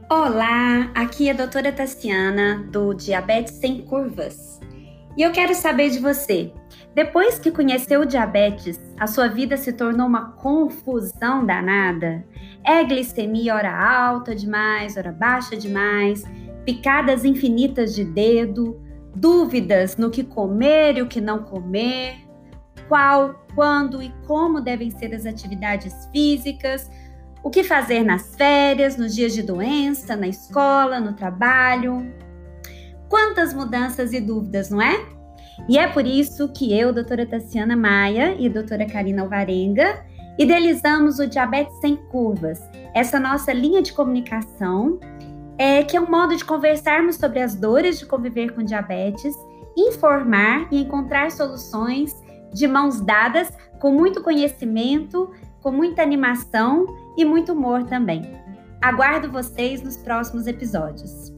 Olá, aqui é a doutora Tassiana, do Diabetes Sem Curvas. E eu quero saber de você. Depois que conheceu o diabetes, a sua vida se tornou uma confusão danada? É glicemia hora alta demais, hora baixa demais, picadas infinitas de dedo, dúvidas no que comer e o que não comer, qual, quando e como devem ser as atividades físicas, o que fazer nas férias, nos dias de doença, na escola, no trabalho. Quantas mudanças e dúvidas, não é? E é por isso que eu, doutora Tassiana Maia e doutora Karina Alvarenga, idealizamos o Diabetes Sem Curvas, essa nossa linha de comunicação, que é um modo de conversarmos sobre as dores de conviver com diabetes, informar e encontrar soluções de mãos dadas, com muito conhecimento, com muita animação e muito humor também. Aguardo vocês nos próximos episódios.